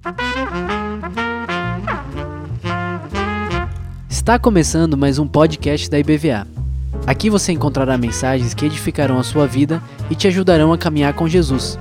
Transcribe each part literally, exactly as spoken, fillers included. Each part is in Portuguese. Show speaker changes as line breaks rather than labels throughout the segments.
Está começando mais um podcast da I B V A. Aqui você encontrará mensagens que edificarão a sua vida e te ajudarão a caminhar com Jesus.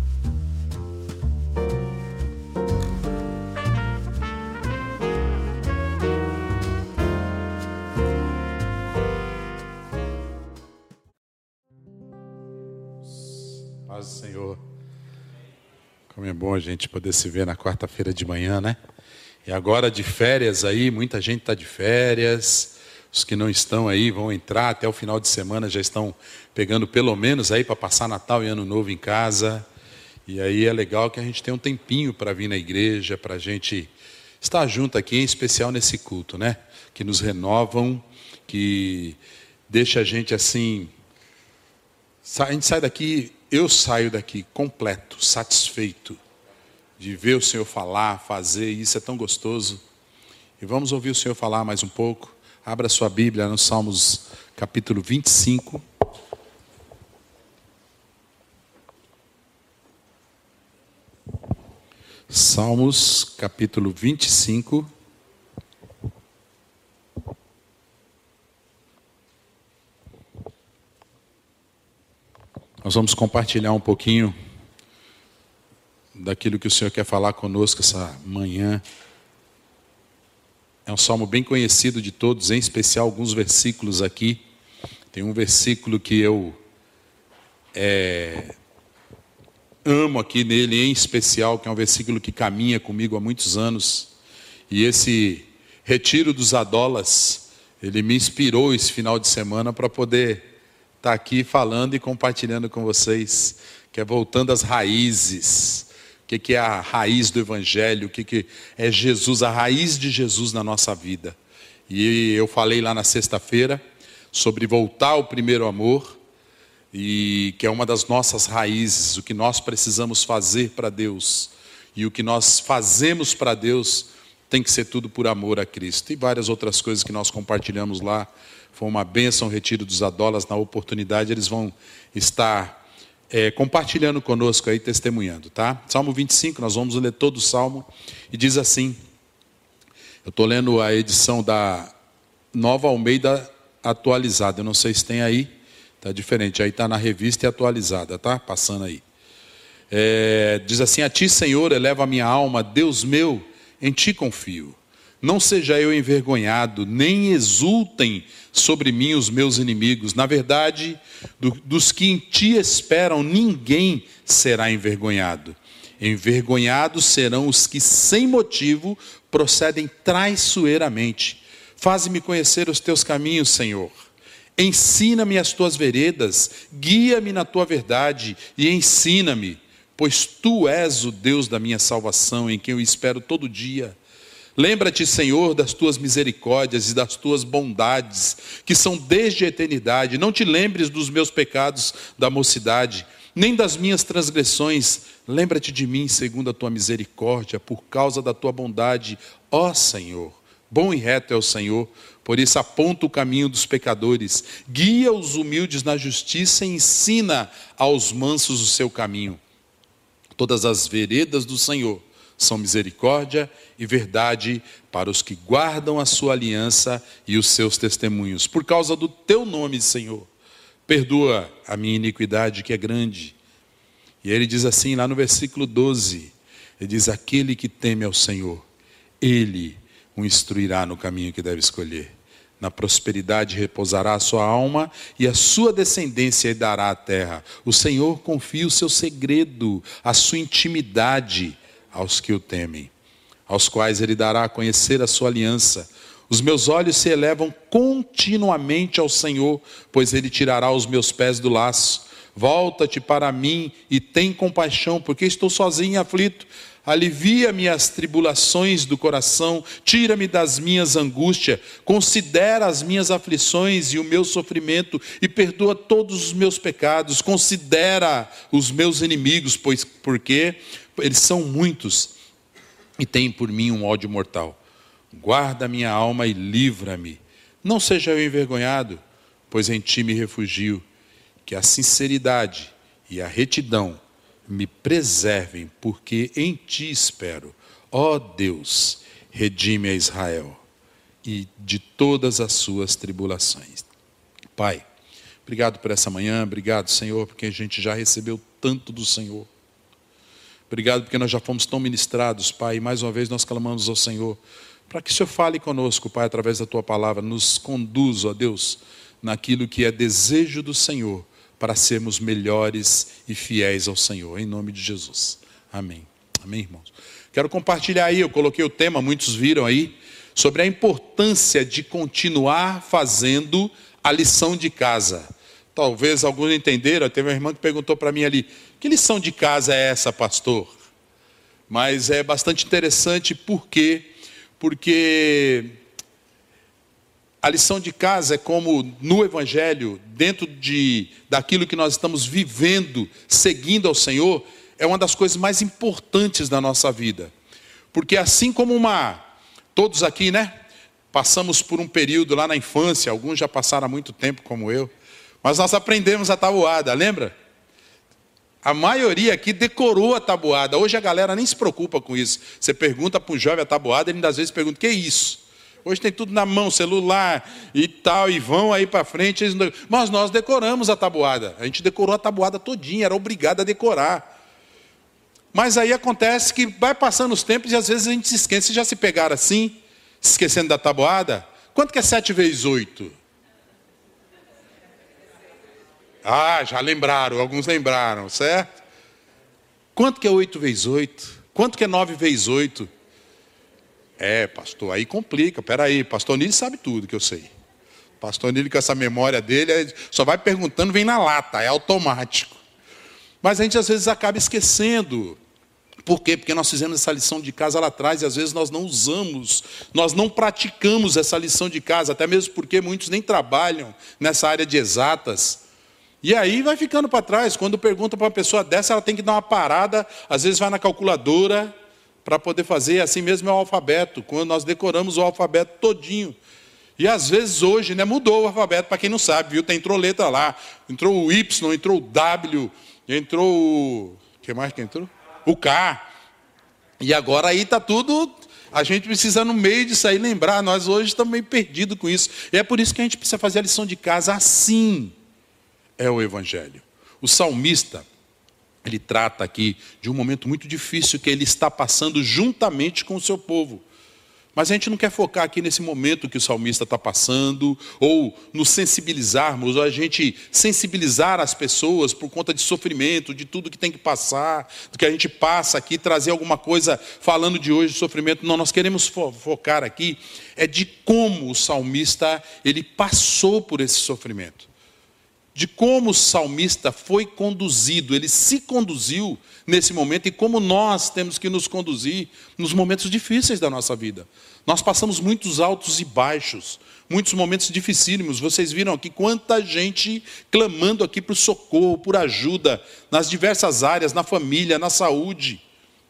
Paz do Senhor. Como é bom a gente poder se ver na quarta-feira de manhã, né? E agora de férias aí, muita gente está de férias. Os que não estão aí vão entrar até o final de semana, já estão pegando pelo menos aí para passar Natal e Ano Novo em casa. E aí é legal que a gente tem um tempinho para vir na igreja, para a gente estar junto aqui, em especial nesse culto, né? Que nos renovam, que deixa a gente assim... A gente sai daqui, eu saio daqui completo, satisfeito de ver o Senhor falar, fazer, e isso é tão gostoso. E vamos ouvir o Senhor falar mais um pouco. Abra sua Bíblia no Salmos capítulo vinte e cinco. Salmos capítulo vinte e cinco. Nós vamos compartilhar um pouquinho daquilo que o Senhor quer falar conosco essa manhã. É um salmo bem conhecido de todos, em especial alguns versículos aqui. Tem um versículo que eu é, amo aqui nele, em especial, que é um versículo que caminha comigo há muitos anos. E esse retiro dos Adolas, ele me inspirou esse final de semana para poder estar aqui falando e compartilhando com vocês, que é voltando às raízes. O que é a raiz do Evangelho, o que é Jesus, a raiz de Jesus na nossa vida. E eu falei lá na sexta-feira sobre voltar ao primeiro amor, e que é uma das nossas raízes, o que nós precisamos fazer para Deus. E o que nós fazemos para Deus tem que ser tudo por amor a Cristo. E várias outras coisas que nós compartilhamos lá. Foi uma bênção o retiro dos Adolas. Na oportunidade eles vão estar... É, compartilhando conosco aí, testemunhando, tá? Salmo vinte e cinco, nós vamos ler todo o Salmo, e diz assim, eu estou lendo a edição da Nova Almeida atualizada, eu não sei se tem aí, tá diferente, aí está na revista e atualizada, tá? Passando aí. É, diz assim, a ti, Senhor, eleva a minha alma, Deus meu, em ti confio. Não seja eu envergonhado, nem exultem sobre mim os meus inimigos. Na verdade, do, dos que em ti esperam, ninguém será envergonhado. Envergonhados serão os que, sem motivo, procedem traiçoeiramente. Faze-me conhecer os teus caminhos, Senhor. Ensina-me as tuas veredas, guia-me na tua verdade e ensina-me, pois tu és o Deus da minha salvação, em quem eu espero todo dia. Lembra-te, Senhor, das tuas misericórdias e das tuas bondades, que são desde a eternidade. Não te lembres dos meus pecados da mocidade, nem das minhas transgressões. Lembra-te de mim, segundo a tua misericórdia, por causa da tua bondade, ó Senhor. Bom e reto é o Senhor, por isso aponta o caminho dos pecadores. Guia os humildes na justiça e ensina aos mansos o seu caminho. Todas as veredas do Senhor são misericórdia e verdade para os que guardam a sua aliança e os seus testemunhos. Por causa do teu nome, Senhor, perdoa a minha iniquidade que é grande. E ele diz assim lá no versículo doze, ele diz, aquele que teme ao Senhor, ele o instruirá no caminho que deve escolher. Na prosperidade repousará a sua alma e a sua descendência lhe dará a terra. O Senhor confia o seu segredo, a sua intimidade aos que o temem, aos quais ele dará a conhecer a sua aliança. Os meus olhos se elevam continuamente ao Senhor, pois ele tirará os meus pés do laço. Volta-te para mim e tem compaixão, porque estou sozinho e aflito. Alivia-me as tribulações do coração, tira-me das minhas angústias, considera as minhas aflições e o meu sofrimento e perdoa todos os meus pecados, considera os meus inimigos, pois porque eles são muitos e têm por mim um ódio mortal. Guarda minha alma e livra-me, não seja eu envergonhado, pois em ti me refugio. Que a sinceridade e a retidão me preservem, porque em ti espero. Ó Deus, redime a Israel e de todas as suas tribulações. Pai, obrigado por essa manhã, obrigado, Senhor, porque a gente já recebeu tanto do Senhor. Obrigado porque nós já fomos tão ministrados, Pai, e mais uma vez nós clamamos ao Senhor, para que o Senhor fale conosco, Pai, através da Tua palavra, nos conduza, ó Deus, naquilo que é desejo do Senhor, para sermos melhores e fiéis ao Senhor, em nome de Jesus. Amém. Amém, irmãos? Quero compartilhar aí, eu coloquei o tema, muitos viram aí, sobre a importância de continuar fazendo a lição de casa. Talvez alguns entenderam, teve uma irmã que perguntou para mim ali, que lição de casa é essa, pastor? Mas é bastante interessante, por quê? Porque a lição de casa é como no Evangelho, dentro de, daquilo que nós estamos vivendo, seguindo ao Senhor, é uma das coisas mais importantes da nossa vida. Porque assim como uma, todos aqui, né? Passamos por um período lá na infância, alguns já passaram há muito tempo como eu, mas nós aprendemos a tabuada, lembra? A maioria aqui decorou a tabuada. Hoje a galera nem se preocupa com isso. Você pergunta para um jovem a tabuada, ele às vezes pergunta, o que é isso? Hoje tem tudo na mão, celular e tal, e vão aí para frente. Mas nós decoramos a tabuada. A gente decorou a tabuada todinha, era obrigado a decorar. Mas aí acontece que vai passando os tempos e às vezes a gente se esquece. Vocês já se pegaram assim, se esquecendo da tabuada? Quanto que é sete vezes oito? Ah, já lembraram, alguns lembraram, certo? Quanto que é oito vezes oito? Quanto que é nove vezes oito? É, pastor, aí complica, peraí, pastor Nili sabe tudo que eu sei. Pastor Nili com essa memória dele, só vai perguntando, vem na lata, é automático. Mas a gente às vezes acaba esquecendo. Por quê? Porque nós fizemos essa lição de casa lá atrás e às vezes nós não usamos, nós não praticamos essa lição de casa, até mesmo porque muitos nem trabalham nessa área de exatas. E aí vai ficando para trás. Quando pergunta para uma pessoa dessa, ela tem que dar uma parada, às vezes vai na calculadora para poder fazer, assim mesmo é o alfabeto, quando nós decoramos o alfabeto todinho. E às vezes hoje, né, mudou o alfabeto, para quem não sabe, viu? Tem, entrou letra lá, entrou o Y, entrou o W, entrou o... o que mais que entrou? O K. E agora aí está tudo... A gente precisa no meio disso aí lembrar, nós hoje estamos meio perdidos com isso. E é por isso que a gente precisa fazer a lição de casa assim. É o Evangelho. O salmista, ele trata aqui de um momento muito difícil que ele está passando juntamente com o seu povo. Mas a gente não quer focar aqui nesse momento que o salmista está passando, ou nos sensibilizarmos, ou a gente sensibilizar as pessoas por conta de sofrimento, de tudo que tem que passar, do que a gente passa aqui, trazer alguma coisa falando de hoje de sofrimento. Não, nós queremos fo- focar aqui é de como o salmista ele passou por esse sofrimento. De como o salmista foi conduzido, ele se conduziu nesse momento e como nós temos que nos conduzir nos momentos difíceis da nossa vida. Nós passamos muitos altos e baixos, muitos momentos dificílimos. Vocês viram aqui quanta gente clamando aqui por socorro, por ajuda, nas diversas áreas, na família, na saúde.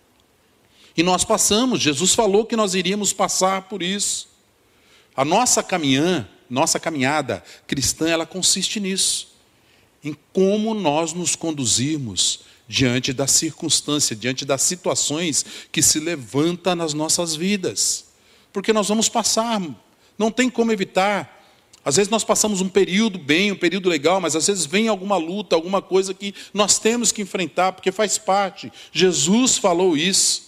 E nós passamos, Jesus falou que nós iríamos passar por isso. A nossa caminhada, nossa caminhada cristã, ela consiste nisso. Em como nós nos conduzirmos diante da circunstância, diante das situações que se levantam nas nossas vidas. Porque nós vamos passar, não tem como evitar. Às vezes nós passamos um período bem, um período legal, mas às vezes vem alguma luta, alguma coisa que nós temos que enfrentar, porque faz parte. Jesus falou isso.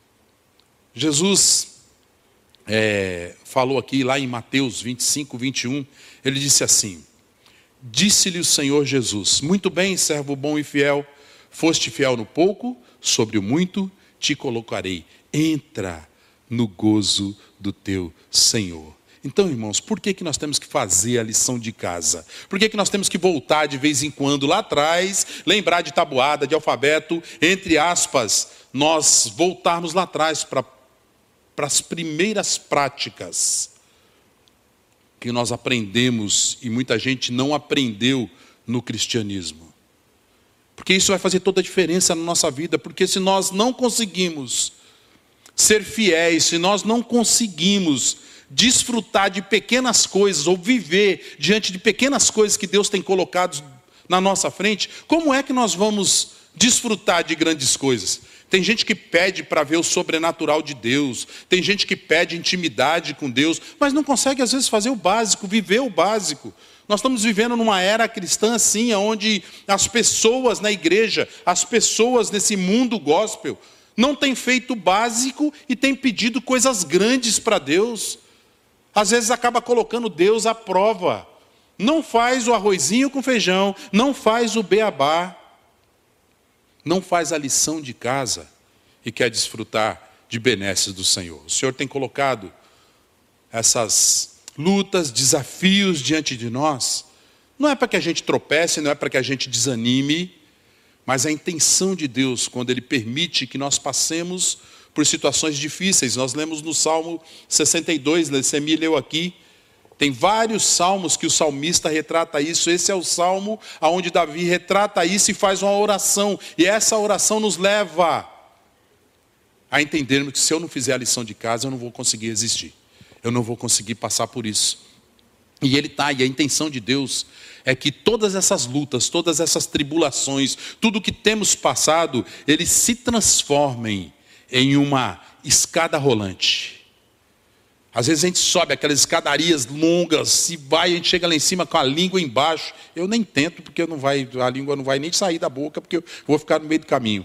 Jesus é, falou aqui, lá em Mateus vinte e cinco, vinte e um, ele disse assim: disse-lhe o Senhor Jesus, muito bem, servo bom e fiel, foste fiel no pouco, sobre o muito te colocarei. Entra no gozo do teu Senhor. Então, irmãos, por que que nós temos que fazer a lição de casa? Por que que nós temos que voltar de vez em quando lá atrás, lembrar de tabuada, de alfabeto, entre aspas, nós voltarmos lá atrás para para as primeiras práticas que nós aprendemos e muita gente não aprendeu no cristianismo. Porque isso vai fazer toda a diferença na nossa vida, porque se nós não conseguimos ser fiéis, se nós não conseguimos desfrutar de pequenas coisas ou viver diante de pequenas coisas que Deus tem colocado na nossa frente, como é que nós vamos desfrutar de grandes coisas? Tem gente que pede para ver o sobrenatural de Deus. Tem gente que pede intimidade com Deus, mas não consegue às vezes fazer o básico, viver o básico. Nós estamos vivendo numa era cristã assim, onde as pessoas na igreja, as pessoas nesse mundo gospel, não têm feito o básico e têm pedido coisas grandes para Deus. Às vezes acaba colocando Deus à prova. Não faz o arrozinho com feijão, não faz o beabá. Não faz a lição de casa e quer desfrutar de benesses do Senhor. O Senhor tem colocado essas lutas, desafios diante de nós. Não é para que a gente tropece, não é para que a gente desanime, mas a intenção de Deus, quando Ele permite que nós passemos por situações difíceis. Nós lemos no Salmo sessenta e dois, Lecemi leu aqui. Tem vários salmos que o salmista retrata isso. Esse é o salmo onde Davi retrata isso e faz uma oração. E essa oração nos leva a entendermos que se eu não fizer a lição de casa, eu não vou conseguir existir. Eu não vou conseguir passar por isso. E ele está, e a intenção de Deus é que todas essas lutas, todas essas tribulações, tudo que temos passado, eles se transformem em uma escada rolante. Às vezes a gente sobe aquelas escadarias longas, se vai, a gente chega lá em cima com a língua embaixo. Eu nem tento, porque não vai, a língua não vai nem sair da boca, porque eu vou ficar no meio do caminho.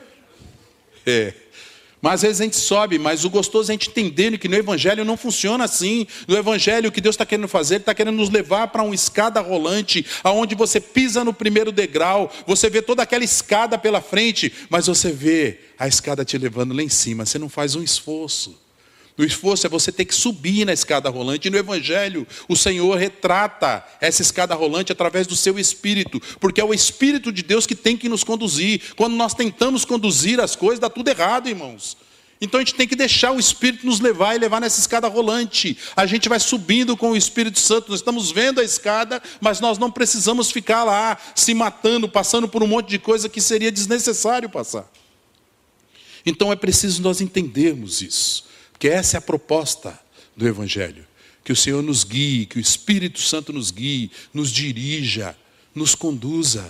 É. Mas às vezes a gente sobe, mas o gostoso é a gente entender que no Evangelho não funciona assim. No Evangelho o que Deus está querendo fazer, Ele está querendo nos levar para uma escada rolante, onde você pisa no primeiro degrau, você vê toda aquela escada pela frente, mas você vê a escada te levando lá em cima, você não faz um esforço. O esforço é você ter que subir na escada rolante. E no Evangelho, o Senhor retrata essa escada rolante através do seu Espírito. Porque é o Espírito de Deus que tem que nos conduzir. Quando nós tentamos conduzir as coisas, dá tudo errado, irmãos. Então a gente tem que deixar o Espírito nos levar e levar nessa escada rolante. A gente vai subindo com o Espírito Santo. Nós estamos vendo a escada, mas nós não precisamos ficar lá se matando, passando por um monte de coisa que seria desnecessário passar. Então é preciso nós entendermos isso. Porque essa é a proposta do Evangelho. Que o Senhor nos guie, que o Espírito Santo nos guie, nos dirija, nos conduza.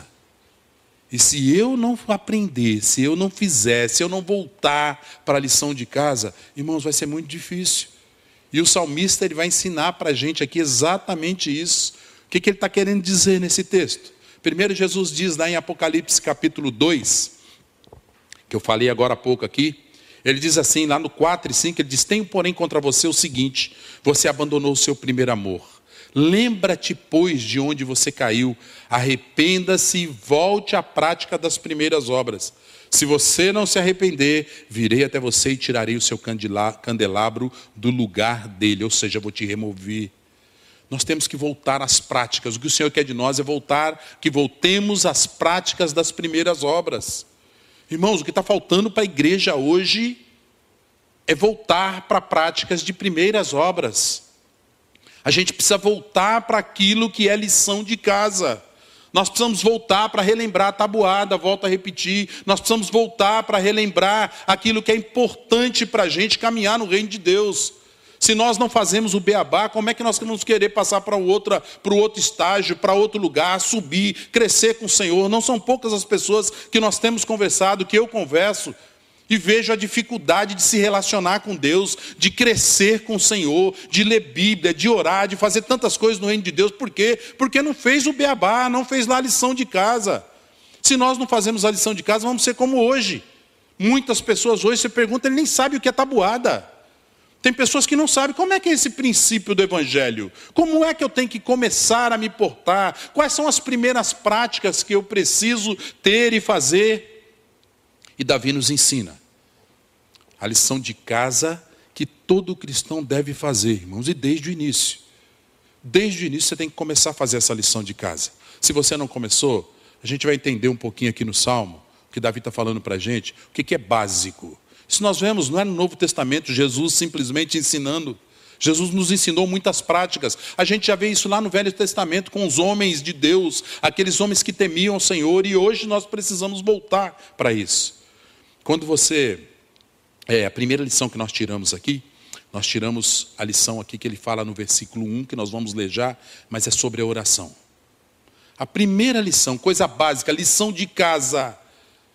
E se eu não aprender, se eu não fizer, se eu não voltar para a lição de casa, irmãos, vai ser muito difícil. E o salmista ele vai ensinar para a gente aqui exatamente isso. O que, que ele está querendo dizer nesse texto? Primeiro Jesus diz lá em Apocalipse capítulo dois, que eu falei agora há pouco aqui, ele diz assim, lá no quatro e cinco, ele diz: tenho porém contra você o seguinte, você abandonou o seu primeiro amor. Lembra-te, pois, de onde você caiu, arrependa-se e volte à prática das primeiras obras. Se você não se arrepender, virei até você e tirarei o seu candelabro do lugar dele, ou seja, vou te remover. Nós temos que voltar às práticas. O que o Senhor quer de nós é voltar, que voltemos às práticas das primeiras obras. Irmãos, o que está faltando para a igreja hoje é voltar para práticas de primeiras obras. A gente precisa voltar para aquilo que é lição de casa. Nós precisamos voltar para relembrar a tabuada, volto a repetir. Nós precisamos voltar para relembrar aquilo que é importante para a gente caminhar no reino de Deus. Se nós não fazemos o beabá, como é que nós vamos querer passar para o outro, para o outro estágio, para outro lugar, subir, crescer com o Senhor? Não são poucas as pessoas que nós temos conversado, que eu converso, e vejo a dificuldade de se relacionar com Deus, de crescer com o Senhor, de ler Bíblia, de orar, de fazer tantas coisas no reino de Deus. Por quê? Porque não fez o beabá, não fez lá a lição de casa. Se nós não fazemos a lição de casa, vamos ser como hoje. Muitas pessoas hoje, você pergunta, ele nem sabe o que é tabuada. Tem pessoas que não sabem como é que é esse princípio do Evangelho. Como é que eu tenho que começar a me portar? Quais são as primeiras práticas que eu preciso ter e fazer? E Davi nos ensina a lição de casa que todo cristão deve fazer, irmãos, e desde o início. Desde o início você tem que começar a fazer essa lição de casa. Se você não começou, a gente vai entender um pouquinho aqui no Salmo, o que Davi está falando para a gente, o que é básico. Isso nós vemos, não é no Novo Testamento, Jesus simplesmente ensinando. Jesus nos ensinou muitas práticas. A gente já vê isso lá no Velho Testamento com os homens de Deus, aqueles homens que temiam o Senhor, e hoje nós precisamos voltar para isso. Quando você... É, a primeira lição que nós tiramos aqui, nós tiramos a lição aqui que ele fala no versículo um, que nós vamos ler já, mas é sobre a oração. A primeira lição, coisa básica, lição de casa.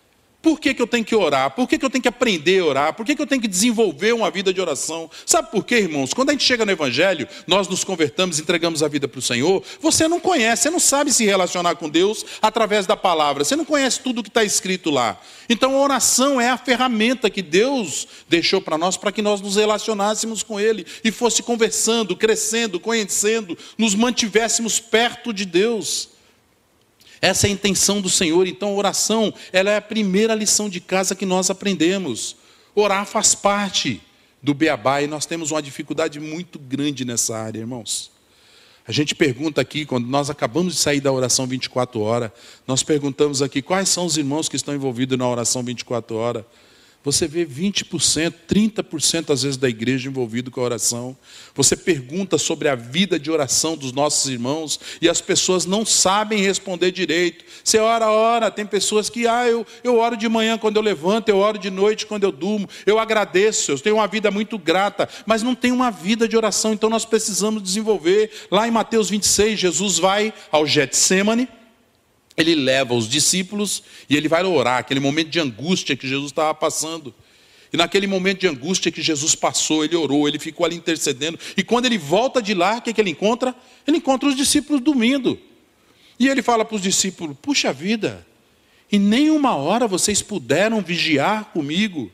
Por que que eu tenho que orar? Por que que eu tenho que aprender a orar? Por que que eu tenho que desenvolver uma vida de oração? Sabe por quê, irmãos? Quando a gente chega no Evangelho, nós nos convertamos, entregamos a vida para o Senhor, você não conhece, você não sabe se relacionar com Deus através da palavra. Você não conhece tudo o que está escrito lá. Então a oração é a ferramenta que Deus deixou para nós, para que nós nos relacionássemos com Ele e fosse conversando, crescendo, conhecendo, nos mantivéssemos perto de Deus. Essa é a intenção do Senhor. Então a oração, ela é a primeira lição de casa que nós aprendemos. Orar faz parte do beabá e nós temos uma dificuldade muito grande nessa área, irmãos. A gente pergunta aqui, quando nós acabamos de sair da oração vinte e quatro horas, nós perguntamos aqui quais são os irmãos que estão envolvidos na oração vinte e quatro horas. Você vê vinte por cento, trinta por cento às vezes da igreja envolvido com a oração. Você pergunta sobre a vida de oração dos nossos irmãos e as pessoas não sabem responder direito. Você ora, ora, tem pessoas que, ah, eu, eu oro de manhã quando eu levanto, eu oro de noite quando eu durmo, eu agradeço, eu tenho uma vida muito grata, mas não tem uma vida de oração, então nós precisamos desenvolver. Lá em Mateus vinte e seis, Jesus vai ao Getsêmani. Ele leva os discípulos e ele vai orar, aquele momento de angústia que Jesus estava passando. E naquele momento de angústia que Jesus passou, ele orou, ele ficou ali intercedendo. E quando ele volta de lá, o que, que ele encontra? Ele encontra os discípulos dormindo. E ele fala para os discípulos, puxa vida, em nenhuma hora vocês puderam vigiar comigo.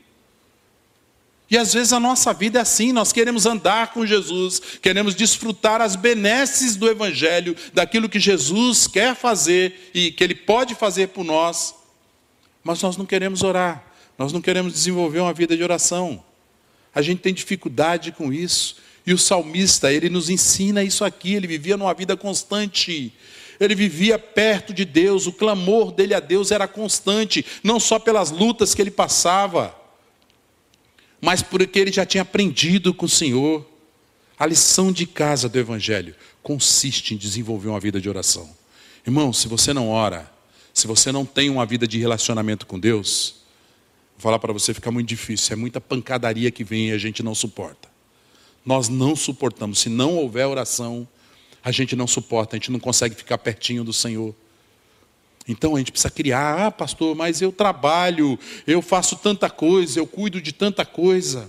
E às vezes a nossa vida é assim, nós queremos andar com Jesus, queremos desfrutar as benesses do Evangelho, daquilo que Jesus quer fazer e que Ele pode fazer por nós, mas nós não queremos orar, nós não queremos desenvolver uma vida de oração. A gente tem dificuldade com isso, e o salmista, ele nos ensina isso aqui, ele vivia numa vida constante, ele vivia perto de Deus, o clamor dele a Deus era constante, não só pelas lutas que ele passava, mas porque ele já tinha aprendido com o Senhor. A lição de casa do Evangelho consiste em desenvolver uma vida de oração. Irmão, se você não ora, se você não tem uma vida de relacionamento com Deus, vou falar para você, fica muito difícil, é muita pancadaria que vem e a gente não suporta. Nós não suportamos, se não houver oração, a gente não suporta, a gente não consegue ficar pertinho do Senhor. Então a gente precisa criar, ah pastor, mas eu trabalho, eu faço tanta coisa, eu cuido de tanta coisa.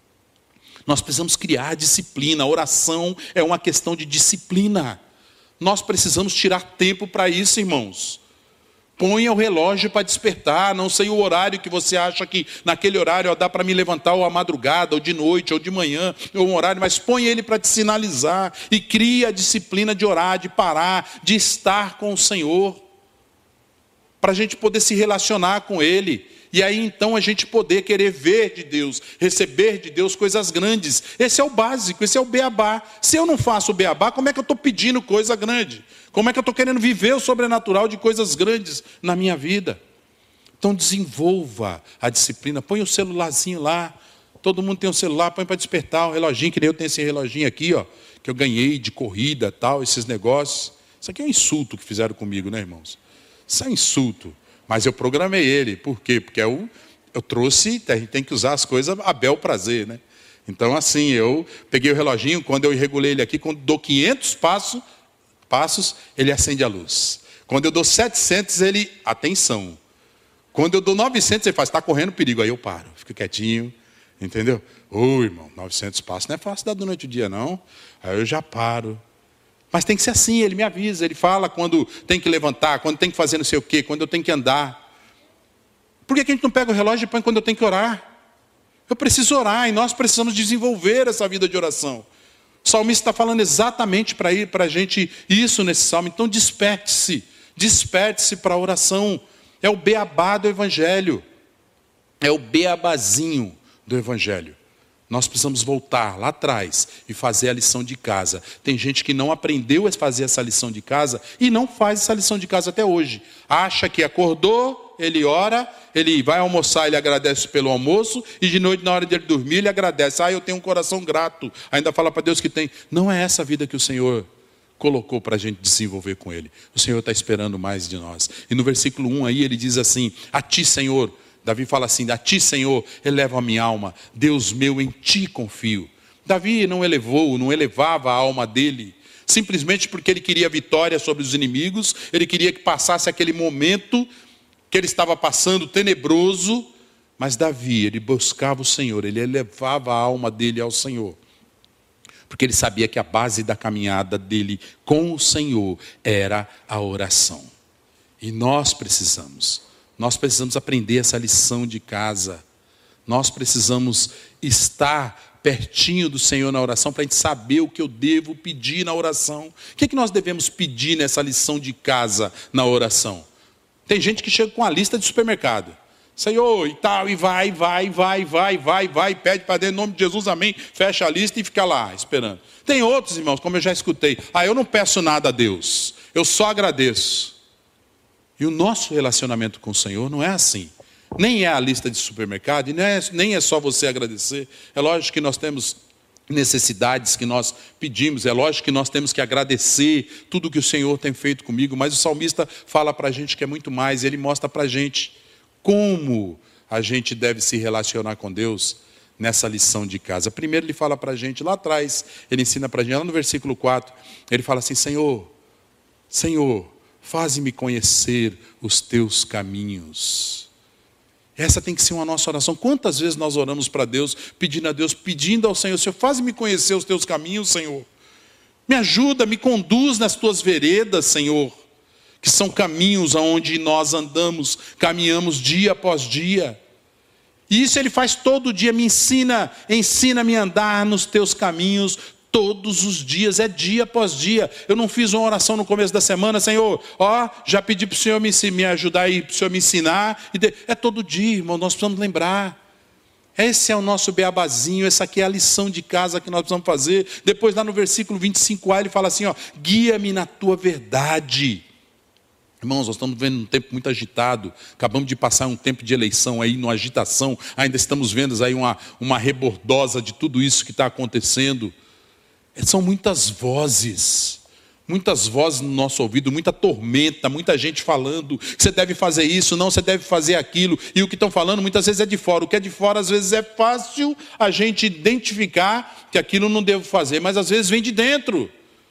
Nós precisamos criar disciplina, a oração é uma questão de disciplina. Nós precisamos tirar tempo para isso, irmãos. Ponha o relógio para despertar, não sei o horário que você acha que naquele horário ó, dá para me levantar ou à madrugada, ou de noite, ou de manhã, ou um horário, mas põe ele para te sinalizar e cria a disciplina de orar, de parar, de estar com o Senhor, para a gente poder se relacionar com Ele, e aí então a gente poder querer ver de Deus, receber de Deus coisas grandes. Esse é o básico, esse é o beabá. Se eu não faço o beabá, como é que eu estou pedindo coisa grande? Como é que eu estou querendo viver o sobrenatural de coisas grandes na minha vida? Então desenvolva a disciplina, põe o celularzinho lá, todo mundo tem um celular, põe para despertar, o reloginho, que nem eu tenho esse reloginho aqui, ó, que eu ganhei de corrida, tal, esses negócios. Isso aqui é um insulto que fizeram comigo, né, irmãos? Isso é insulto, mas eu programei ele. Por quê? Porque eu, eu trouxe, a gente tem que usar as coisas a bel prazer, né? Então assim, eu peguei o reloginho, quando eu regulei ele aqui, quando dou quinhentos passos, passos, ele acende a luz. Quando eu dou setecentos, ele, atenção. Quando eu dou novecentos, ele faz, está correndo perigo, aí eu paro, fico quietinho, entendeu? Ô irmão, novecentos passos não é fácil dar durante o dia não, aí eu já paro. Mas tem que ser assim, ele me avisa, ele fala quando tem que levantar, quando tem que fazer não sei o quê, quando eu tenho que andar. Por que a gente não pega o relógio e põe quando eu tenho que orar? Eu preciso orar e nós precisamos desenvolver essa vida de oração. O salmista está falando exatamente para ir para a gente isso nesse salmo. Então desperte-se, desperte-se para a oração. É o beabá do Evangelho, é o beabazinho do Evangelho. Nós precisamos voltar lá atrás e fazer a lição de casa. Tem gente que não aprendeu a fazer essa lição de casa e não faz essa lição de casa até hoje. Acha que acordou, ele ora, ele vai almoçar, ele agradece pelo almoço, e de noite, na hora dele dormir, ele agradece. Ah, eu tenho um coração grato. Ainda fala para Deus que tem. Não é essa a vida que o Senhor colocou para a gente desenvolver com Ele. O Senhor está esperando mais de nós. E no versículo um aí ele diz assim, a Ti, Senhor, Davi fala assim, a Ti, Senhor, elevo a minha alma, Deus meu, em Ti confio. Davi não elevou, não elevava a alma dele, simplesmente porque ele queria vitória sobre os inimigos, ele queria que passasse aquele momento que ele estava passando tenebroso, mas Davi, ele buscava o Senhor, ele elevava a alma dele ao Senhor. Porque ele sabia que a base da caminhada dele com o Senhor era a oração. E nós precisamos, nós precisamos aprender essa lição de casa. Nós precisamos estar pertinho do Senhor na oração para a gente saber o que eu devo pedir na oração. O que é que nós devemos pedir nessa lição de casa na oração? Tem gente que chega com a lista de supermercado. Senhor, e tal, e vai, vai, vai, vai, vai, vai, pede para Deus, em nome de Jesus, amém. Fecha a lista e fica lá, esperando. Tem outros, irmãos, como eu já escutei. Ah, eu não peço nada a Deus, eu só agradeço. E o nosso relacionamento com o Senhor não é assim. Nem é a lista de supermercado, e nem é, nem é só você agradecer. É lógico que nós temos necessidades que nós pedimos, é lógico que nós temos que agradecer tudo que o Senhor tem feito comigo, mas o salmista fala para a gente que é muito mais, ele mostra para a gente como a gente deve se relacionar com Deus nessa lição de casa. Primeiro ele fala para a gente, lá atrás, ele ensina para a gente, lá no versículo quatro, ele fala assim, Senhor, Senhor, faze-me conhecer os teus caminhos. Essa tem que ser uma nossa oração. Quantas vezes nós oramos para Deus, pedindo a Deus, pedindo ao Senhor, Senhor, faz-me conhecer os teus caminhos, Senhor. Me ajuda, me conduz nas tuas veredas, Senhor, que são caminhos aonde nós andamos, caminhamos dia após dia. E isso Ele faz todo dia, me ensina, ensina-me a andar nos teus caminhos, todos os dias, é dia após dia. Eu não fiz uma oração no começo da semana, Senhor, ó, já pedi para o Senhor me, me ajudar aí, para o Senhor me ensinar. É todo dia, irmão, nós precisamos lembrar. Esse é o nosso beabazinho, essa aqui é a lição de casa que nós precisamos fazer. Depois lá no versículo vinte e cinco a, ele fala assim, ó, guia-me na tua verdade. Irmãos, nós estamos vendo um tempo muito agitado, acabamos de passar um tempo de eleição aí, numa agitação, ainda estamos vendo aí uma, uma rebordosa de tudo isso que está acontecendo. São muitas vozes, muitas vozes no nosso ouvido, muita tormenta, muita gente falando que você deve fazer isso, não, você deve fazer aquilo. E o que estão falando muitas vezes é de fora. O que é de fora às vezes é fácil a gente identificar que aquilo não devo fazer, mas às vezes vem de dentro.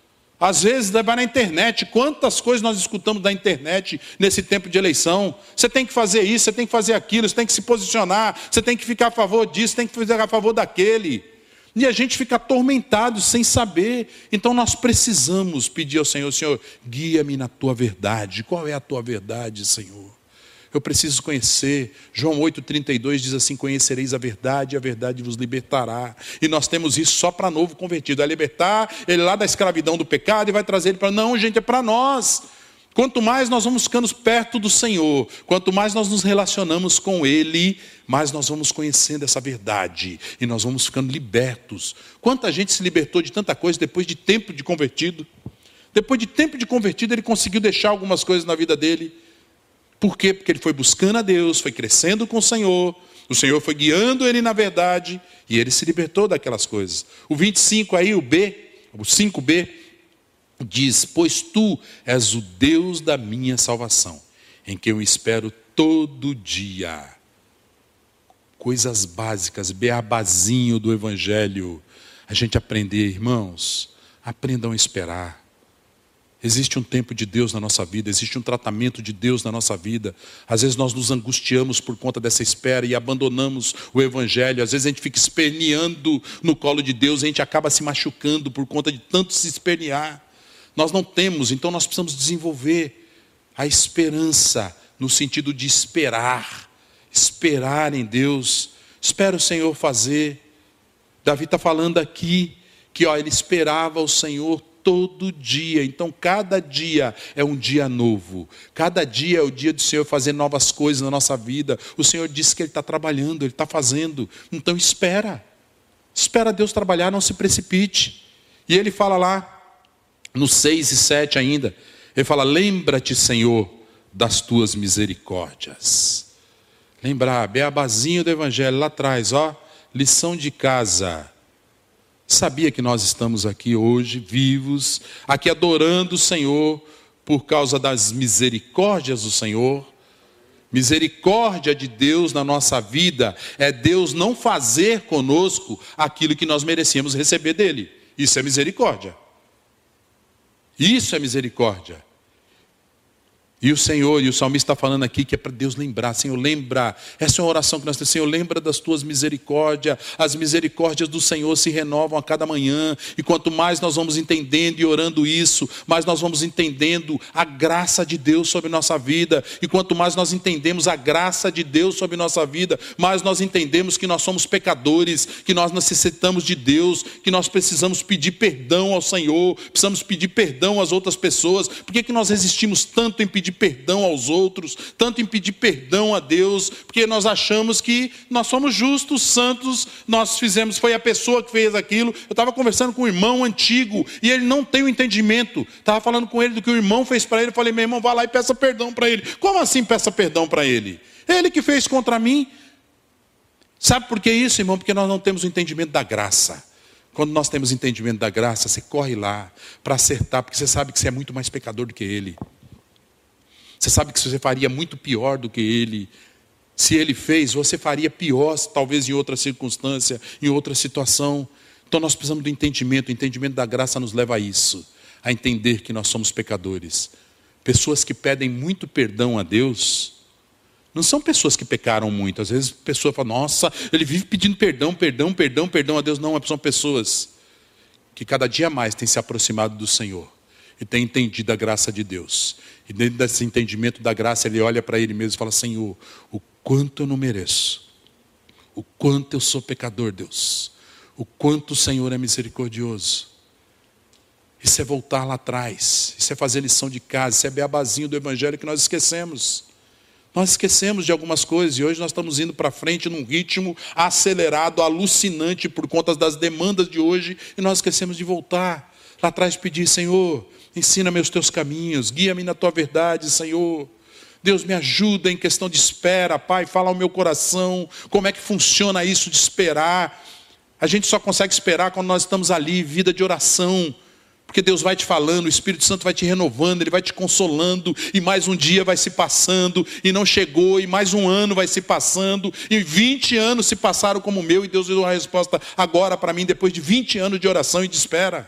Às vezes vai na internet. Quantas coisas nós escutamos da internet nesse tempo de eleição. Você tem que fazer isso, você tem que fazer aquilo, você tem que se posicionar, você tem que ficar a favor disso, você tem que ficar a favor daquele. E a gente fica atormentado sem saber. Então nós precisamos pedir ao Senhor, Senhor, guia-me na tua verdade. Qual é a tua verdade, Senhor? Eu preciso conhecer. João oito, trinta e dois diz assim, conhecereis a verdade e a verdade vos libertará. E nós temos isso só para novo convertido. É libertar ele lá da escravidão do pecado e vai trazer ele para... Não, gente, é para nós. Quanto mais nós vamos ficando perto do Senhor, quanto mais nós nos relacionamos com Ele, mais nós vamos conhecendo essa verdade e nós vamos ficando libertos. Quanta gente se libertou de tanta coisa depois de tempo de convertido? Depois de tempo de convertido, ele conseguiu deixar algumas coisas na vida dele. Por quê? Porque ele foi buscando a Deus, foi crescendo com o Senhor, o Senhor foi guiando ele na verdade e ele se libertou daquelas coisas. O vinte e cinco aí, o B, o cinco B, diz, pois tu és o Deus da minha salvação, em quem eu espero todo dia. Coisas básicas, beabazinho do Evangelho. A gente aprender, irmãos, aprendam a esperar. Existe um tempo de Deus na nossa vida, existe um tratamento de Deus na nossa vida. Às vezes nós nos angustiamos por conta dessa espera e abandonamos o Evangelho. Às vezes a gente fica esperneando no colo de Deus e a gente acaba se machucando por conta de tanto se espernear. Nós não temos, então nós precisamos desenvolver a esperança no sentido de esperar. Esperar em Deus. Espera o Senhor fazer. Davi está falando aqui que ó, ele esperava o Senhor todo dia. Então cada dia é um dia novo. Cada dia é o dia do Senhor fazer novas coisas na nossa vida. O Senhor disse que Ele está trabalhando, Ele está fazendo. Então espera. Espera Deus trabalhar, não se precipite. E Ele fala lá, no seis e sete ainda, Ele fala, lembra-te, Senhor, das tuas misericórdias. Lembrar, beabazinho do Evangelho lá atrás, ó, lição de casa. Sabia que nós estamos aqui hoje, vivos, aqui adorando o Senhor, por causa das misericórdias do Senhor. Misericórdia de Deus na nossa vida é Deus não fazer conosco aquilo que nós merecíamos receber dele. Isso é misericórdia. Isso é misericórdia. E o Senhor, e o salmista está falando aqui que é para Deus lembrar. Senhor, lembra. Essa é uma oração que nós temos. Senhor, lembra das tuas misericórdias. As misericórdias do Senhor se renovam a cada manhã. E quanto mais nós vamos entendendo e orando isso, mais nós vamos entendendo a graça de Deus sobre nossa vida. E quanto mais nós entendemos a graça de Deus sobre nossa vida, mais nós entendemos que nós somos pecadores, que nós necessitamos de Deus, que nós precisamos pedir perdão ao Senhor, precisamos pedir perdão às outras pessoas. Por que que nós resistimos tanto em pedir perdão aos outros, tanto em pedir perdão a Deus? Porque nós achamos que nós somos justos, santos, nós fizemos, foi a pessoa que fez aquilo. Eu estava conversando com um irmão antigo e ele não tem o entendimento. Estava falando com ele do que o irmão fez para ele. Eu falei, meu irmão, vá lá e peça perdão para ele. Como assim peça perdão para ele? Ele que fez contra mim. Sabe por que isso, irmão? Porque nós não temos o entendimento da graça. Quando nós temos entendimento da graça, você corre lá para acertar, porque você sabe que você é muito mais pecador do que ele. Você sabe que você faria muito pior do que ele. Se ele fez, você faria pior, talvez em outra circunstância, em outra situação. Então nós precisamos do entendimento. O entendimento da graça nos leva a isso, a entender que nós somos pecadores. Pessoas que pedem muito perdão a Deus, não são pessoas que pecaram muito. Às vezes a pessoa fala, nossa, ele vive pedindo perdão, perdão, perdão, perdão a Deus. Não, são pessoas que cada dia mais têm se aproximado do Senhor e têm entendido a graça de Deus. E dentro desse entendimento da graça, ele olha para ele mesmo e fala, Senhor, o quanto eu não mereço, o quanto eu sou pecador, Deus, o quanto o Senhor é misericordioso. Isso é voltar lá atrás, isso é fazer lição de casa, isso é beabazinho do Evangelho que nós esquecemos. Nós esquecemos de algumas coisas e hoje nós estamos indo para frente num ritmo acelerado, alucinante por conta das demandas de hoje, e nós esquecemos de voltar lá atrás e pedir, Senhor, ensina-me os teus caminhos, guia-me na tua verdade, Senhor. Deus, me ajuda em questão de espera, Pai, fala ao meu coração, como é que funciona isso de esperar. A gente só consegue esperar quando nós estamos ali, vida de oração, porque Deus vai te falando, o Espírito Santo vai te renovando, Ele vai te consolando, e mais um dia vai se passando, e não chegou, e mais um ano vai se passando, e vinte anos se passaram como o meu, e Deus deu uma resposta agora para mim, depois de vinte anos de oração e de espera.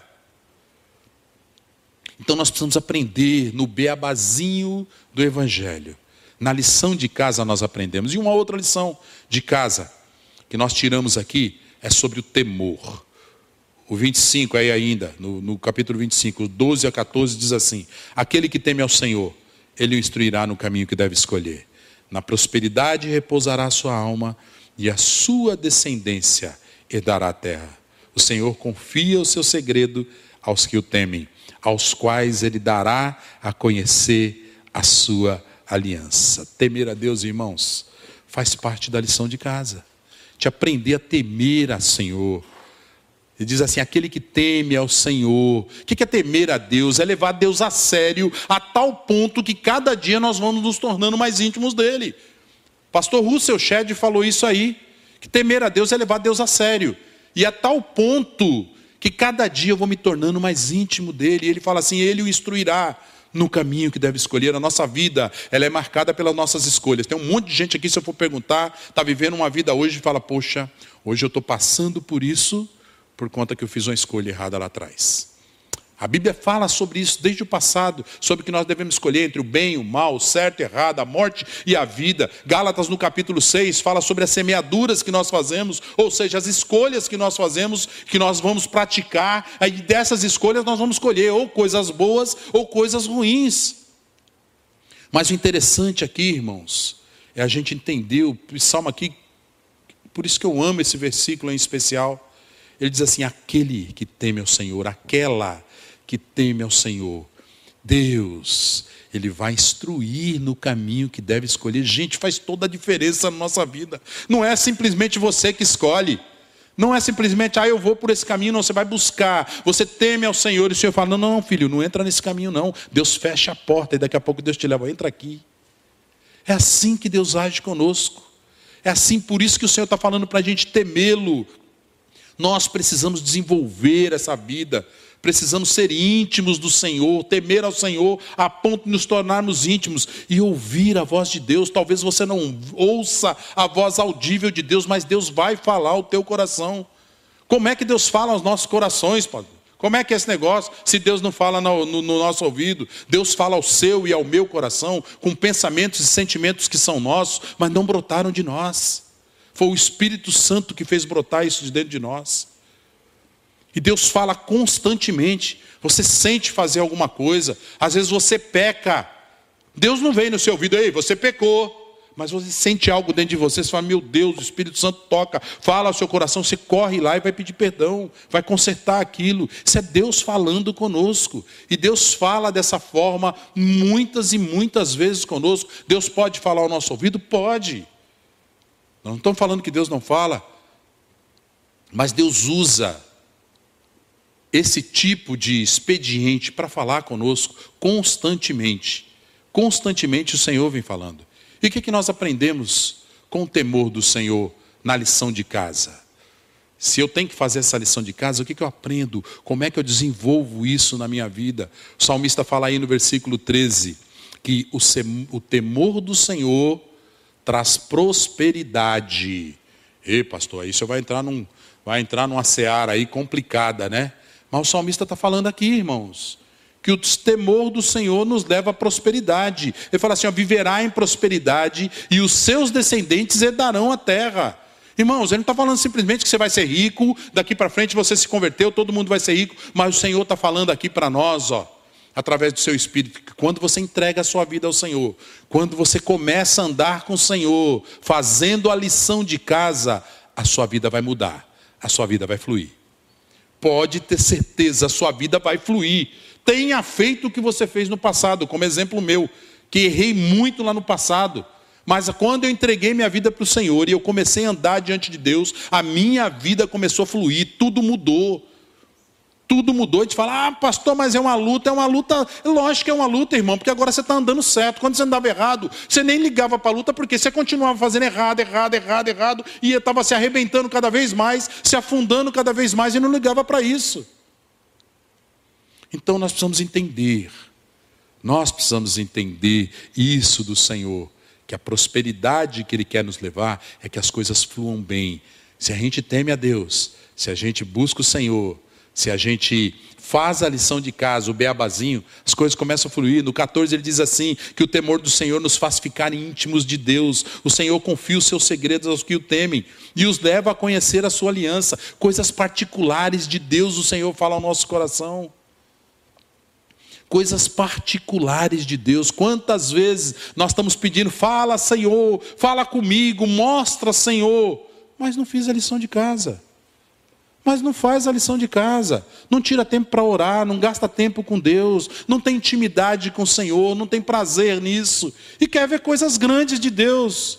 Então nós precisamos aprender no beabazinho do Evangelho. Na lição de casa nós aprendemos. E uma outra lição de casa que nós tiramos aqui é sobre o temor. O vinte e cinco aí ainda, no, no capítulo vinte e cinco, doze a quatorze diz assim, aquele que teme ao Senhor, Ele o instruirá no caminho que deve escolher. Na prosperidade repousará a sua alma e a sua descendência herdará a terra. O Senhor confia o seu segredo aos que o temem, aos quais Ele dará a conhecer a sua aliança. Temer a Deus, irmãos, faz parte da lição de casa. De aprender a temer a Senhor. Ele diz assim, aquele que teme ao Senhor. O que é temer a Deus? É levar Deus a sério, a tal ponto que cada dia nós vamos nos tornando mais íntimos dEle. Pastor Russell Shedd falou isso aí, que temer a Deus é levar Deus a sério. E a tal ponto que cada dia eu vou me tornando mais íntimo dEle. E Ele fala assim, Ele o instruirá no caminho que deve escolher. A nossa vida, ela é marcada pelas nossas escolhas. Tem um monte de gente aqui, se eu for perguntar, está vivendo uma vida hoje e fala, poxa, hoje eu estou passando por isso, por conta que eu fiz uma escolha errada lá atrás. A Bíblia fala sobre isso desde o passado, sobre que nós devemos escolher entre o bem, o mal, o certo e o errado, a morte e a vida. Gálatas no capítulo seis fala sobre as semeaduras que nós fazemos, ou seja, as escolhas que nós fazemos, que nós vamos praticar, aí dessas escolhas nós vamos escolher ou coisas boas ou coisas ruins. Mas o interessante aqui, irmãos, é a gente entender o salmo aqui, por isso que eu amo esse versículo em especial. Ele diz assim, aquele que teme ao Senhor, aquela que teme ao Senhor, Deus, Ele vai instruir no caminho que deve escolher. Gente, faz toda a diferença na nossa vida. Não é simplesmente você que escolhe. Não é simplesmente, ah, eu vou por esse caminho. Não, você vai buscar. Você teme ao Senhor e o Senhor fala, não, não, filho, não entra nesse caminho não. Deus fecha a porta e daqui a pouco Deus te leva, entra aqui. É assim que Deus age conosco. É assim, por isso que o Senhor está falando para a gente temê-lo. Nós precisamos desenvolver essa vida. Precisamos ser íntimos do Senhor, temer ao Senhor, a ponto de nos tornarmos íntimos e ouvir a voz de Deus. Talvez você não ouça a voz audível de Deus, mas Deus vai falar ao teu coração. Como é que Deus fala aos nossos corações, Padre? Como é que é esse negócio? Se Deus não fala no, no, no nosso ouvido, Deus fala ao seu e ao meu coração, com pensamentos e sentimentos que são nossos, mas não brotaram de nós. Foi o Espírito Santo que fez brotar isso de dentro de nós. E Deus fala constantemente. Você sente fazer alguma coisa, às vezes você peca. Deus não vem no seu ouvido, ei, você pecou. Mas você sente algo dentro de você, você fala, meu Deus, o Espírito Santo toca, fala ao seu coração, você corre lá e vai pedir perdão, vai consertar aquilo. Isso é Deus falando conosco. E Deus fala dessa forma muitas e muitas vezes conosco. Deus pode falar ao nosso ouvido? Pode. Nós não estamos falando que Deus não fala, mas Deus usa esse tipo de expediente para falar conosco constantemente. Constantemente o Senhor vem falando. E o que, que nós aprendemos com o temor do Senhor na lição de casa? Se eu tenho que fazer essa lição de casa, o que, que eu aprendo? Como é que eu desenvolvo isso na minha vida? O salmista fala aí no versículo treze, que o, sem, o temor do Senhor traz prosperidade. Ei, pastor, aí você vai entrar, num, vai entrar numa seara aí complicada, né? Mas o salmista está falando aqui, irmãos, que o temor do Senhor nos leva à prosperidade. Ele fala assim, ó, viverá em prosperidade e os seus descendentes herdarão a terra. Irmãos, ele não está falando simplesmente que você vai ser rico, daqui para frente você se converteu, todo mundo vai ser rico, mas o Senhor está falando aqui para nós, ó, através do seu Espírito, que quando você entrega a sua vida ao Senhor, quando você começa a andar com o Senhor, fazendo a lição de casa, a sua vida vai mudar, a sua vida vai fluir. Pode ter certeza, a sua vida vai fluir. Tenha feito o que você fez no passado, como exemplo meu, que errei muito lá no passado. Mas quando eu entreguei minha vida para o Senhor e eu comecei a andar diante de Deus, a minha vida começou a fluir, tudo mudou. Tudo mudou. A gente fala, ah, pastor, mas é uma luta, é uma luta. Lógico que é uma luta, irmão, porque agora você está andando certo. Quando você andava errado, você nem ligava para a luta, porque você continuava fazendo errado, errado, errado, errado, e estava se arrebentando cada vez mais, se afundando cada vez mais, e não ligava para isso. Então nós precisamos entender, nós precisamos entender isso do Senhor, que a prosperidade que Ele quer nos levar é que as coisas fluam bem. Se a gente teme a Deus, se a gente busca o Senhor, se a gente faz a lição de casa, o beabazinho, as coisas começam a fluir. No catorze ele diz assim, que o temor do Senhor nos faz ficar íntimos de Deus. O Senhor confia os seus segredos aos que o temem e os leva a conhecer a sua aliança. Coisas particulares de Deus o Senhor fala ao nosso coração. Coisas particulares de Deus. Quantas vezes nós estamos pedindo, fala Senhor, fala comigo, mostra Senhor, mas não fiz a lição de casa. Mas não faz a lição de casa, não tira tempo para orar, não gasta tempo com Deus, não tem intimidade com o Senhor, não tem prazer nisso, e quer ver coisas grandes de Deus.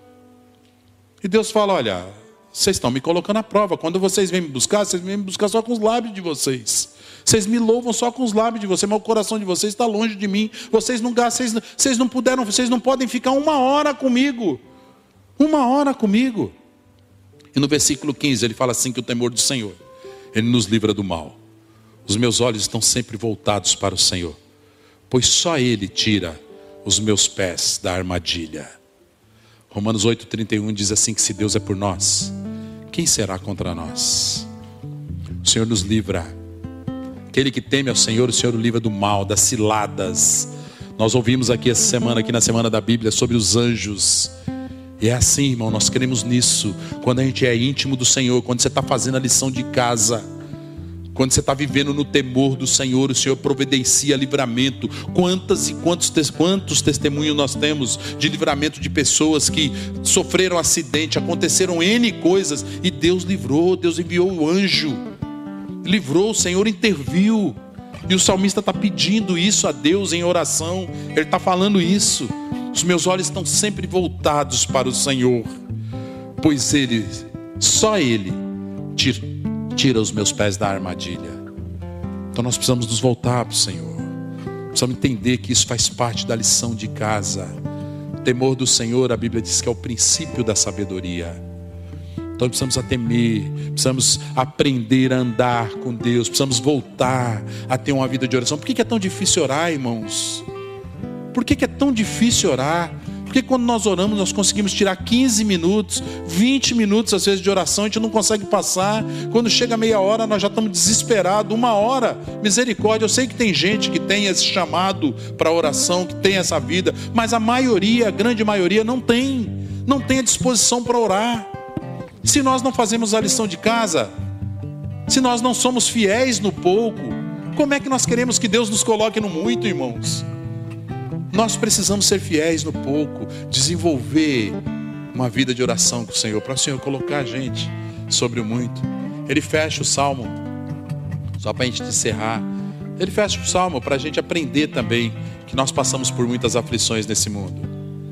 E Deus fala, olha, vocês estão me colocando à prova, quando vocês vêm me buscar, vocês vêm me buscar só com os lábios de vocês. Vocês me louvam só com os lábios de vocês, mas o coração de vocês está longe de mim. Vocês não gastam, vocês, vocês não puderam, vocês não podem ficar uma hora comigo. Uma hora comigo. E no versículo quinze ele fala assim, que o temor do Senhor, Ele nos livra do mal. Os meus olhos estão sempre voltados para o Senhor, pois só Ele tira os meus pés da armadilha. Romanos oito, trinta e um diz assim, que se Deus é por nós, quem será contra nós? O Senhor nos livra. Aquele que teme ao Senhor, o Senhor o livra do mal, das ciladas. Nós ouvimos aqui essa semana, aqui na semana da Bíblia, sobre os anjos. E é assim, irmão, nós queremos nisso. Quando a gente é íntimo do Senhor, quando você está fazendo a lição de casa, quando você está vivendo no temor do Senhor, o Senhor providencia livramento. Quantas e quantos, quantos testemunhos nós temos de livramento de pessoas que sofreram acidente, aconteceram N coisas, e Deus livrou, Deus enviou o anjo, livrou, o Senhor interviu. E o salmista está pedindo isso a Deus em oração, ele está falando isso. Os meus olhos estão sempre voltados para o Senhor, pois Ele, só Ele tira, tira os meus pés da armadilha. Então nós precisamos nos voltar para o Senhor. Precisamos entender que isso faz parte da lição de casa. O temor do Senhor, a Bíblia diz que é o princípio da sabedoria. Então precisamos a temer, precisamos aprender a andar com Deus, precisamos voltar a ter uma vida de oração. Por que é tão difícil orar, irmãos? Por que é tão difícil orar? Porque quando nós oramos, nós conseguimos tirar quinze minutos, vinte minutos às vezes de oração, a gente não consegue passar. Quando chega meia hora, nós já estamos desesperados. Uma hora, misericórdia. Eu sei que tem gente que tem esse chamado para oração, que tem essa vida, mas a maioria, a grande maioria não tem. Não tem a disposição para orar. Se nós não fazemos a lição de casa, se nós não somos fiéis no pouco, como é que nós queremos que Deus nos coloque no muito, irmãos? Nós precisamos ser fiéis no pouco, desenvolver uma vida de oração com o Senhor, para o Senhor colocar a gente sobre o muito. Ele fecha o salmo, só para a gente encerrar, ele fecha o salmo para a gente aprender também que nós passamos por muitas aflições nesse mundo.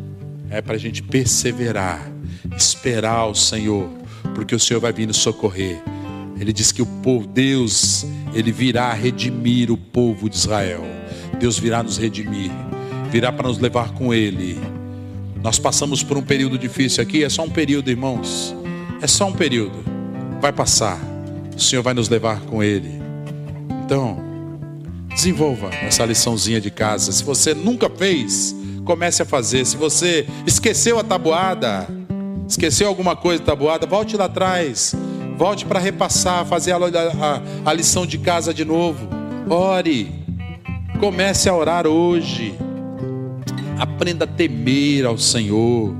É para a gente perseverar, esperar o Senhor, porque o Senhor vai vir nos socorrer. Ele diz que o povo, Deus, Ele virá redimir o povo de Israel. Deus virá nos redimir, virá para nos levar com Ele. Nós passamos por um período difícil aqui, é só um período, irmãos. É só um período, vai passar. O Senhor vai nos levar com Ele. Então, desenvolva essa liçãozinha de casa. Se você nunca fez, comece a fazer. Se você esqueceu a tabuada, esqueceu alguma coisa da tabuada, volte lá atrás. Volte para repassar, fazer a, a, a lição de casa de novo. Ore. Comece a orar hoje. Aprenda a temer ao Senhor.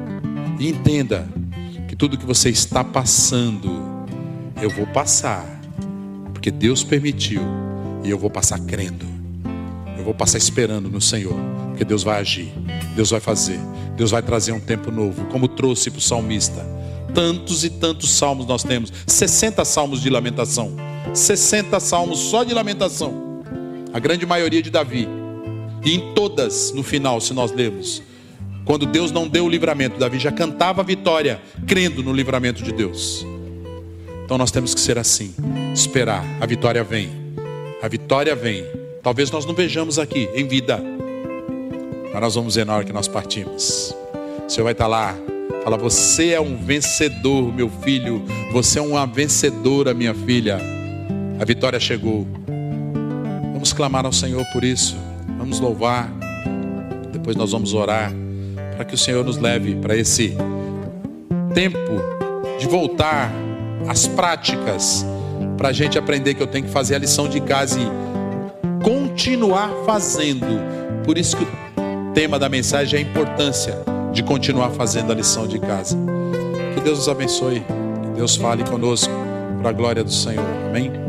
E entenda que tudo que você está passando, eu vou passar, porque Deus permitiu. E eu vou passar crendo. Eu vou passar esperando no Senhor, porque Deus vai agir, Deus vai fazer, Deus vai trazer um tempo novo, como trouxe para o salmista. Tantos e tantos salmos nós temos, sessenta salmos de lamentação, sessenta salmos só de lamentação, a grande maioria de Davi. E em todas, no final, se nós lermos, quando Deus não deu o livramento, Davi já cantava a vitória, crendo no livramento de Deus. Então nós temos que ser assim, esperar, a vitória vem, a vitória vem. Talvez nós não vejamos aqui em vida, mas nós vamos ver na hora que nós partimos. O Senhor vai estar lá, fala: você é um vencedor, meu filho. Você é uma vencedora, minha filha. A vitória chegou. Vamos clamar ao Senhor por isso. Vamos louvar. Depois nós vamos orar para que o Senhor nos leve para esse tempo de voltar às práticas, para a gente aprender que eu tenho que fazer a lição de casa e continuar fazendo. Por isso que o tema da mensagem é a importância de continuar fazendo a lição de casa. Que Deus nos abençoe, que Deus fale conosco para a glória do Senhor. Amém?